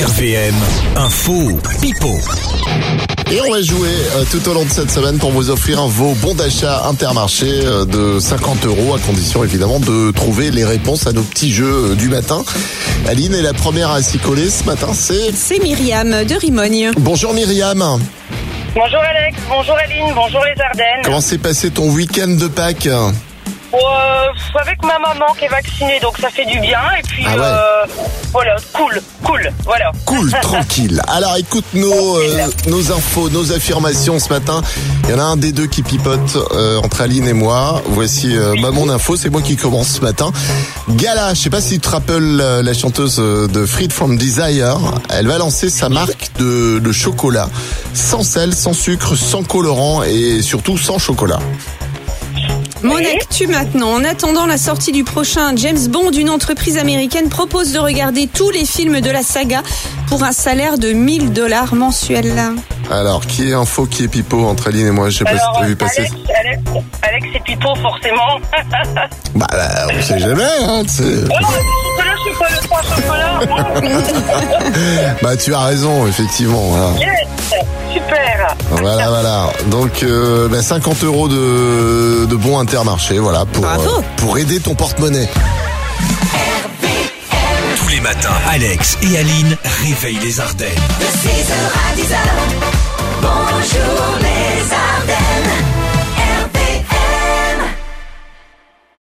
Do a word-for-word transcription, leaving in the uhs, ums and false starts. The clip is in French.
R V M, info, pipo. Et on va jouer euh, tout au long de cette semaine pour vous offrir un vos bons d'achat Intermarché euh, de cinquante euros, à condition évidemment de trouver les réponses à nos petits jeux euh, du matin. Aline est la première à s'y coller ce matin, c'est... C'est Myriam de Rimogne. Bonjour Myriam. Bonjour Alex, bonjour Aline, bonjour les Ardennes. Comment s'est passé ton week-end de Pâques ? Euh, avec ma maman qui est vaccinée, donc ça fait du bien. Et puis, Ah ouais. euh, voilà, cool, cool, voilà. Cool, tranquille. Alors écoute nos, euh, nos infos, nos affirmations ce matin. Il y en a un des deux qui pipote euh, entre Aline et moi. Voici euh, bah, mon info, c'est moi qui commence ce matin. Gala, je sais pas si tu te rappelles euh, la chanteuse de Freed from Desire. Elle va lancer sa marque de, de chocolat. Sans sel, sans sucre, sans colorant et surtout sans chocolat. Mon actu maintenant. En attendant la sortie du prochain James Bond, une entreprise américaine propose de regarder tous les films de la saga pour un salaire de mille dollars mensuels. Alors, qui est info, qui est pipo entre Aline et moi? Je sais pas Alors, si t'as vu passer. Alex, Alex, Alex c'est Pipo, forcément. Bah, bah, on sait jamais, hein. C'est... Oh, chocolat, je suis pas le trois chocolat. Bah, tu as raison, effectivement. Voilà. Yes, super. Voilà, voilà. Donc, euh, bah, cinquante euros de, de bons Intermarché, voilà, pour, Bravo. euh, pour aider ton porte-monnaie. Tous les matins, Alex et Aline réveillent les Ardennes. De six heures à dix heures, bonjour les Ardennes.